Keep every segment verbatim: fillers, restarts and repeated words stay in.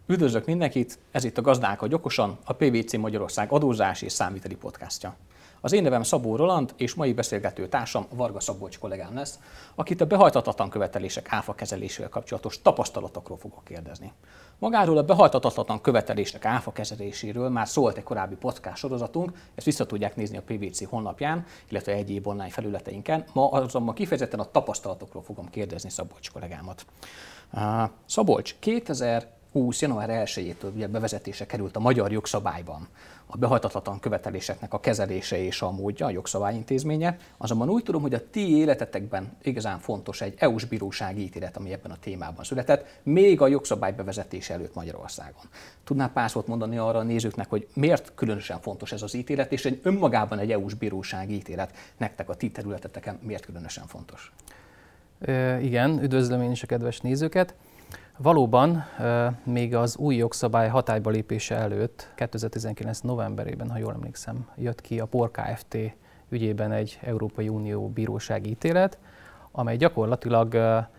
Üdvözlök mindenkit, ez itt a Gazdálkodj okosan, a pé vé cé Magyarország adózás és számviteli podcastja. Az én nevem Szabó Roland, és mai beszélgető társam Varga Szabolcs kollégám lesz, akit a behajthatatlan követelések áfa kezelésével kapcsolatos tapasztalatokról fogok kérdezni. Magáról a behajthatatlan követelések áfa kezeléséről már szólt egy korábbi podcast sorozatunk, ezt vissza tudják nézni a pé vé cé honlapján, illetve egyéb online felületeinken. Ma azonban kifejezetten a tapasztalatokról fogom kérdezni Szabolcs kollégámat. Szabolcs, kétezer-húsz. január elsejétől ugye bevezetése került a magyar jogszabályban a behajthatatlan követeléseknek a kezelése és a módja, a jogszabályintézménye. Azonban úgy tudom, hogy a ti életetekben igazán fontos egy é u-s bírósági ítélet, ami ebben a témában született, még a jogszabály bevezetése előtt Magyarországon. Tudnál pár szót mondani arra a nézőknek, hogy miért különösen fontos ez az ítélet, és egy önmagában egy é u-s bírósági ítélet nektek a ti területeteken miért különösen fontos? E, igen, üdvözlöm én is a kedves nézőket. Valóban még az új jogszabály hatályba lépése előtt, kétezer-tizenkilenc. novemberében, ha jól emlékszem, jött ki a POR Kft. Ügyében egy Európai Unió bírósági ítélet, amely gyakorlatilag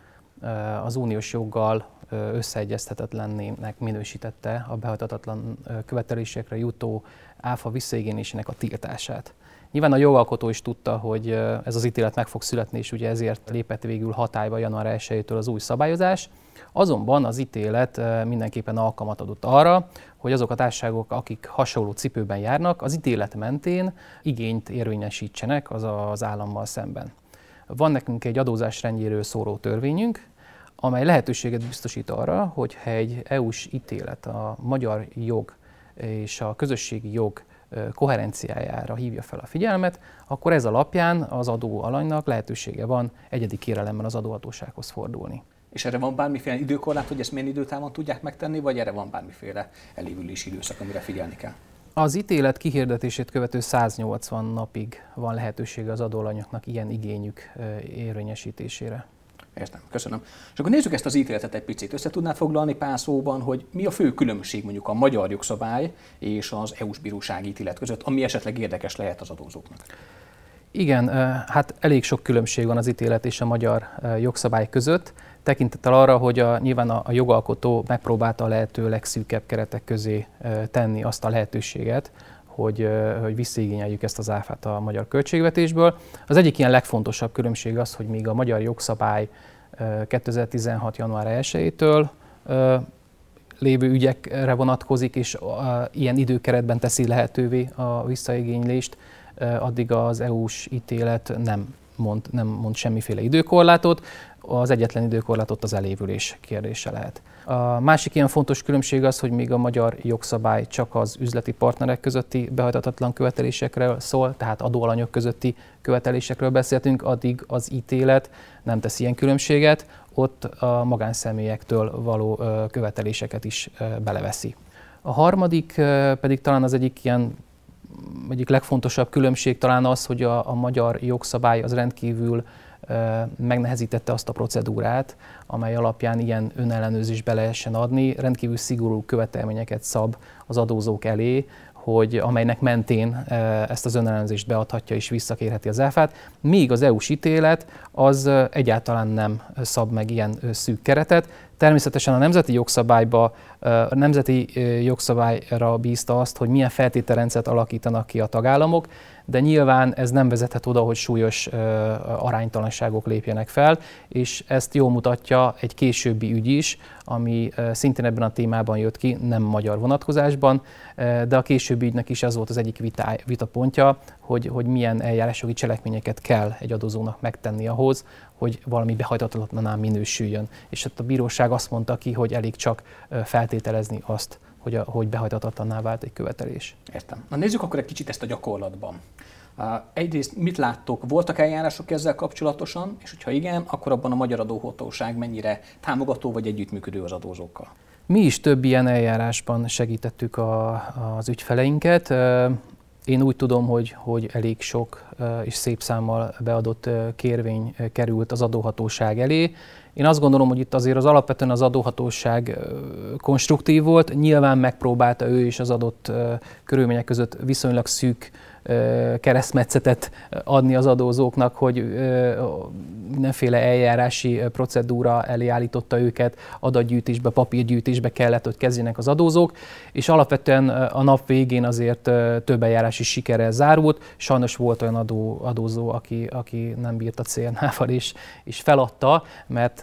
az uniós joggal összeegyeztethetetlennek minősítette a behajthatatlan követelésekre jutó áfa visszaigénylésének a tiltását. Nyilván a jogalkotó is tudta, hogy ez az ítélet meg fog születni, és ugye ezért lépett végül hatályba január elsejétől az új szabályozás. Azonban az ítélet mindenképpen alkalmat adott arra, hogy azok a társaságok, akik hasonló cipőben járnak, az ítélet mentén igényt érvényesítsenek az az állammal szemben. Van nekünk egy adózásrendjéről szóló törvényünk, amely lehetőséget biztosít arra, hogy ha egy é u-s ítélet a magyar jog és a közösségi jog koherenciájára hívja fel a figyelmet, akkor ez alapján az adóalanynak lehetősége van egyedi kérelemmel az adóhatósághoz fordulni. És erre van bármiféle időkorlát, hogy ezt milyen időtávon tudják megtenni, vagy erre van bármiféle elévülési időszak, amire figyelni kell? Az ítélet kihirdetését követő száznyolcvan napig van lehetősége az adóalanyoknak ilyen igényük érvényesítésére. Értem, köszönöm. És akkor nézzük ezt az ítéletet egy picit. Össze tudnád foglalni pár szóban, hogy mi a fő különbség mondjuk a magyar jogszabály és az é u-s bírósági ítélet között, ami esetleg érdekes lehet az adózóknak? Igen, hát elég sok különbség van az ítélet és a magyar jogszabály között, tekintettel arra, hogy a, nyilván a, a jogalkotó megpróbálta a lehető legszűkebb keretek közé tenni azt a lehetőséget, hogy, hogy visszaigényeljük ezt az áfát a magyar költségvetésből. Az egyik ilyen legfontosabb különbség az, hogy míg a magyar jogszabály kétezer-tizenhat. január elsejétől lévő ügyekre vonatkozik, és ilyen időkeretben teszi lehetővé a visszaigénylést, addig az é u-s ítélet nem mond, nem mond semmiféle időkorlátot, az egyetlen időkorlátot az elévülés kérdése lehet. A másik ilyen fontos különbség az, hogy még a magyar jogszabály csak az üzleti partnerek közötti behajthatatlan követelésekről szól, tehát adóalanyok közötti követelésekről beszéltünk, addig az ítélet nem tesz ilyen különbséget, ott a magánszemélyektől való követeléseket is beleveszi. A harmadik pedig talán az egyik ilyen egyik legfontosabb különbség talán az, hogy a, a magyar jogszabály az rendkívül e, megnehezítette azt a procedúrát, amely alapján ilyen önellenőrzést be lehessen adni, rendkívül szigorú követelményeket szab az adózók elé, hogy amelynek mentén e, ezt az önellenőrzést beadhatja és visszakérheti az áfát, míg az é u-s ítélet az egyáltalán nem szab meg ilyen szűk keretet. Természetesen a nemzeti jogszabályba, a nemzeti jogszabályra bízta azt, hogy milyen feltételrendszert alakítanak ki a tagállamok, de nyilván ez nem vezethet oda, hogy súlyos aránytalanságok lépjenek fel, és ezt jól mutatja egy későbbi ügy is, ami szintén ebben a témában jött ki, nem magyar vonatkozásban, de a későbbi ügynek is ez volt az egyik vita, vitapontja, hogy, hogy milyen eljárásjogi cselekményeket kell egy adózónak megtenni ahhoz, hogy valami behajthatatlanná minősüljön. És ott a bíróság azt mondta ki, hogy elég csak feltételezni azt, hogy, a, hogy behajthatatlanná vált egy követelés. Értem. Na nézzük akkor egy kicsit ezt a gyakorlatban. Uh, egyrészt mit láttok, voltak eljárások ezzel kapcsolatosan, és hogyha igen, akkor abban a magyar adóhatóság mennyire támogató vagy együttműködő az adózókkal? Mi is több ilyen eljárásban segítettük a, az ügyfeleinket. Én úgy tudom, hogy, hogy elég sok és szép számmal beadott kérvény került az adóhatóság elé. Én azt gondolom, hogy itt azért az alapvetően az adóhatóság konstruktív volt. Nyilván megpróbálta ő is az adott körülmények között viszonylag szűk keresztmetszetet adni az adózóknak, hogy mindenféle eljárási procedúra elé állította őket, adatgyűjtésbe, papírgyűjtésbe kellett, hogy kezdjenek az adózók, és alapvetően a nap végén azért több eljárás is sikerrel zárult. Sajnos volt olyan adó, adózó, aki, aki nem bírt a célnával, és, és feladta, mert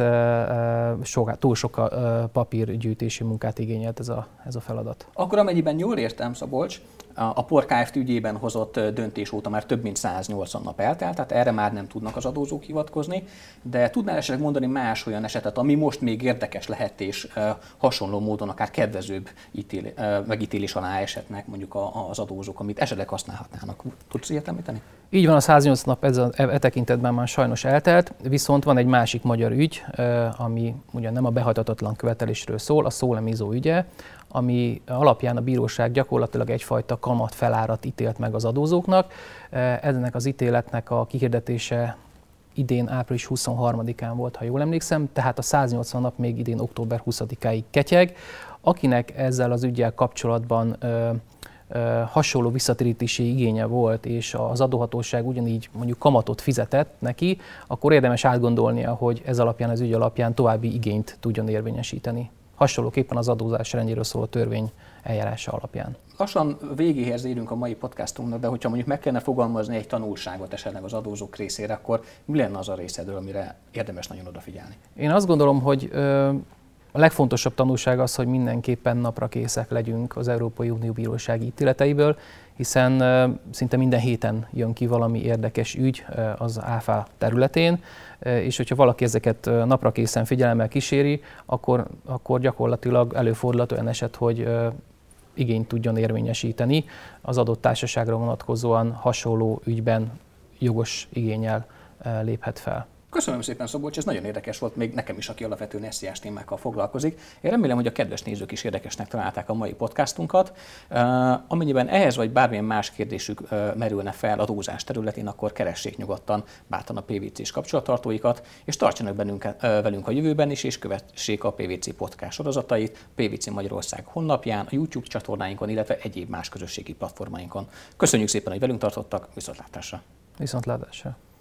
so, túl sok papírgyűjtési munkát igényelt ez a, ez a feladat. Akkor amennyiben jól értem, Szabolcs, a POR Kft. Ügyében hozott döntés óta már több mint száznyolcvan nap eltelt, tehát erre már nem tudnak az adózók hivatkozni, de tudnál esetleg mondani más olyan esetet, ami most még érdekes lehet és hasonló módon akár kedvezőbb ítél, megítélés alá esetnek mondjuk az adózók, amit esetleg használhatnának? Tudsz ilyet említeni? Így van, a száznyolcvan nap ez a, e tekintetben már sajnos eltelt, viszont van egy másik magyar ügy, ami ugyan nem a behajtatatlan követelésről szól, a Szólemizó ügye, ami alapján a bíróság gyakorlatilag egyfajta kamat felárat ítélt meg az adózóknak. Ennek az ítéletnek a kihirdetése idén április huszonharmadikán volt, ha jól emlékszem, tehát a száznyolcvan nap még idén október huszadikáig ketyeg. Akinek ezzel az üggyel kapcsolatban ö, ö, hasonló visszatérítési igénye volt, és az adóhatóság ugyanígy mondjuk kamatot fizetett neki, akkor érdemes átgondolnia, hogy ez alapján, az ügy alapján további igényt tudjon érvényesíteni. Hasonlóképpen az adózás rendjéről szóló törvény eljárása alapján. Lassan végéhez érünk a mai podcastunknak, de hogyha mondjuk meg kellene fogalmazni egy tanulságot esetleg az adózók részére, akkor mi lenne az a részedről, amire érdemes nagyon odafigyelni? Én azt gondolom, hogy ö, a legfontosabb tanulság az, hogy mindenképpen napra készek legyünk az Európai Unió bírósági ítéleteiből, hiszen ö, szinte minden héten jön ki valami érdekes ügy ö, az áfá területén, ö, és hogyha valaki ezeket napra készen figyelemmel kíséri, akkor, akkor gyakorlatilag előfordulhat olyan eset, hogy ö, igényt tudjon érvényesíteni az adott társaságra vonatkozóan hasonló ügyben jogos igénnyel léphet fel. Köszönöm szépen, Szabolcs, ez nagyon érdekes volt, még nekem is, aki alapvetően es zé es témákkal foglalkozik. Én remélem, hogy a kedves nézők is érdekesnek találták a mai podcastunkat. Uh, amennyiben ehhez vagy bármilyen más kérdésük uh, merülne fel adózás területén, akkor keressék nyugodtan bátran a pé vé cés kapcsolattartóikat, és tartsanak bennünk, uh, velünk a jövőben is, és kövessék a pé vé cé podcast sorozatait pé vé cé Magyarország honlapján, a YouTube csatornáinkon, illetve egyéb más közösségi platformainkon. Köszönjük szépen, hogy velünk tartottak, viszontlátásra! Viszontlátásra!